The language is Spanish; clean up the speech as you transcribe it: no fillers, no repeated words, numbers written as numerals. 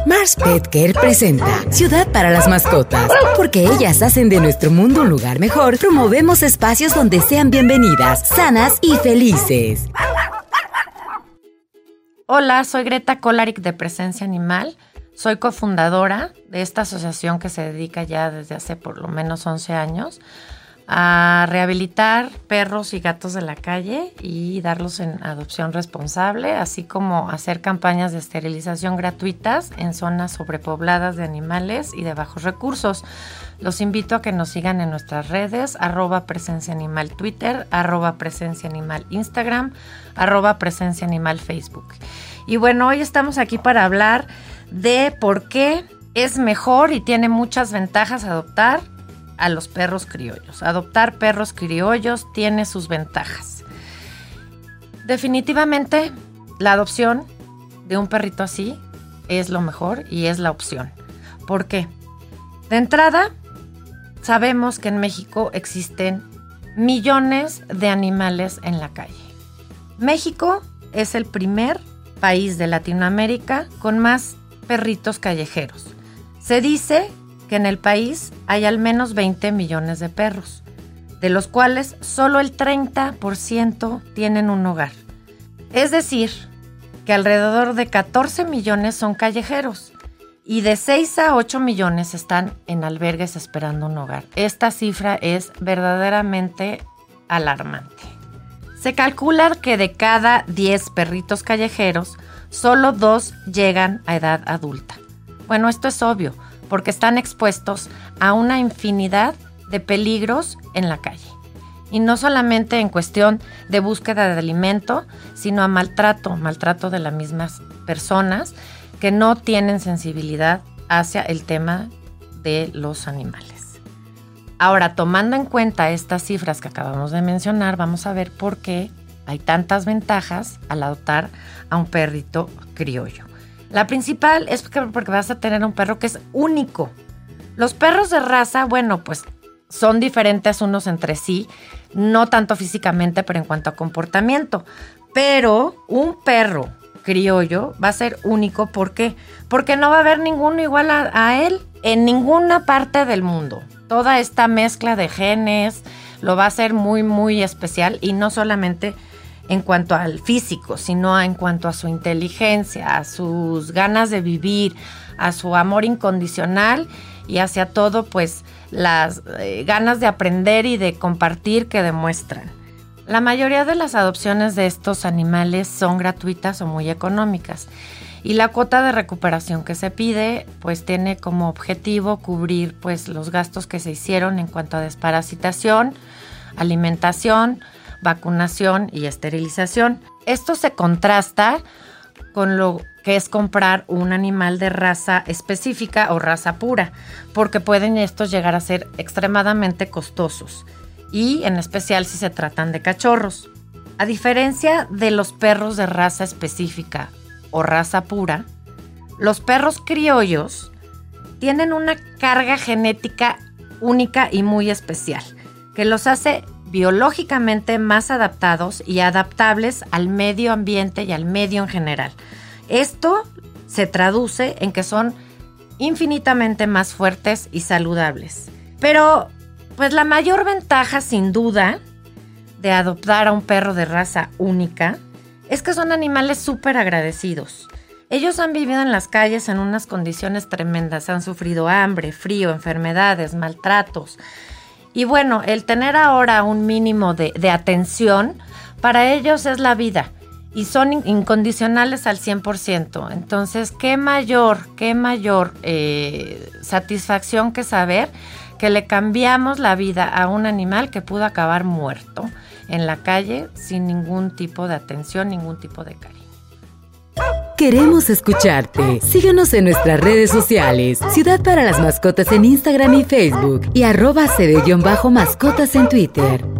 Mars Pet Care presenta Ciudad para las Mascotas. Porque ellas hacen de nuestro mundo un lugar mejor, promovemos espacios donde sean bienvenidas, sanas y felices. Hola, soy Greta Kolaric de Presencia Animal. Soy cofundadora de esta asociación que se dedica ya desde hace por lo menos 11 años a rehabilitar perros y gatos de la calle y darlos en adopción responsable, así como hacer campañas de esterilización gratuitas en zonas sobrepobladas de animales y de bajos recursos. Los invito a que nos sigan en nuestras redes, @presenciaanimal Twitter, @presenciaanimal Instagram, @presenciaanimal Facebook. Y bueno, hoy estamos aquí para hablar de por qué es mejor y tiene muchas ventajas adoptar a los perros criollos. Adoptar perros criollos tiene sus ventajas. Definitivamente, la adopción de un perrito así es lo mejor y es la opción. ¿Por qué? De entrada, sabemos que en México existen millones de animales en la calle. México es el primer país de Latinoamérica con más perritos callejeros. Se dice que en el país hay al menos 20 millones de perros, de los cuales solo el 30% tienen un hogar. Es decir, que alrededor de 14 millones son callejeros y de 6 a 8 millones están en albergues esperando un hogar. Esta cifra es verdaderamente alarmante. Se calcula que de cada 10 perritos callejeros, solo 2 llegan a edad adulta. Bueno, esto es obvio, porque están expuestos a una infinidad de peligros en la calle. Y no solamente en cuestión de búsqueda de alimento, sino a maltrato de las mismas personas que no tienen sensibilidad hacia el tema de los animales. Ahora, tomando en cuenta estas cifras que acabamos de mencionar, vamos a ver por qué hay tantas ventajas al adoptar a un perrito criollo. La principal es porque vas a tener un perro que es único. Los perros de raza, bueno, pues son diferentes unos entre sí, no tanto físicamente, pero en cuanto a comportamiento. Pero un perro criollo va a ser único, ¿por qué? Porque no va a haber ninguno igual a él en ninguna parte del mundo. Toda esta mezcla de genes lo va a hacer muy, muy especial, y no solamente en cuanto al físico, sino en cuanto a su inteligencia, a sus ganas de vivir, a su amor incondicional y hacia todo, pues, las ganas de aprender y de compartir que demuestran. La mayoría de las adopciones de estos animales son gratuitas o muy económicas, y la cuota de recuperación que se pide, pues, tiene como objetivo cubrir, pues, los gastos que se hicieron en cuanto a desparasitación, alimentación, vacunación y esterilización. Esto se contrasta con lo que es comprar un animal de raza específica o raza pura, porque pueden estos llegar a ser extremadamente costosos, y en especial si se tratan de cachorros. A diferencia de los perros de raza específica o raza pura, los perros criollos tienen una carga genética única y muy especial, que los hace biológicamente más adaptados y adaptables al medio ambiente y al medio en general. Esto se traduce en que son infinitamente más fuertes y saludables. Pero, pues, la mayor ventaja, sin duda, de adoptar a un perro de raza única es que son animales súper agradecidos. Ellos han vivido en las calles en unas condiciones tremendas, han sufrido hambre, frío, enfermedades, maltratos. Y bueno, el tener ahora un mínimo de atención, para ellos es la vida y son incondicionales al 100%. Entonces, qué mayor satisfacción que saber que le cambiamos la vida a un animal que pudo acabar muerto en la calle sin ningún tipo de atención, ningún tipo de cariño. Queremos escucharte. Síguenos en nuestras redes sociales. Ciudad para las Mascotas en Instagram y Facebook. Y @cd_mascotas en Twitter.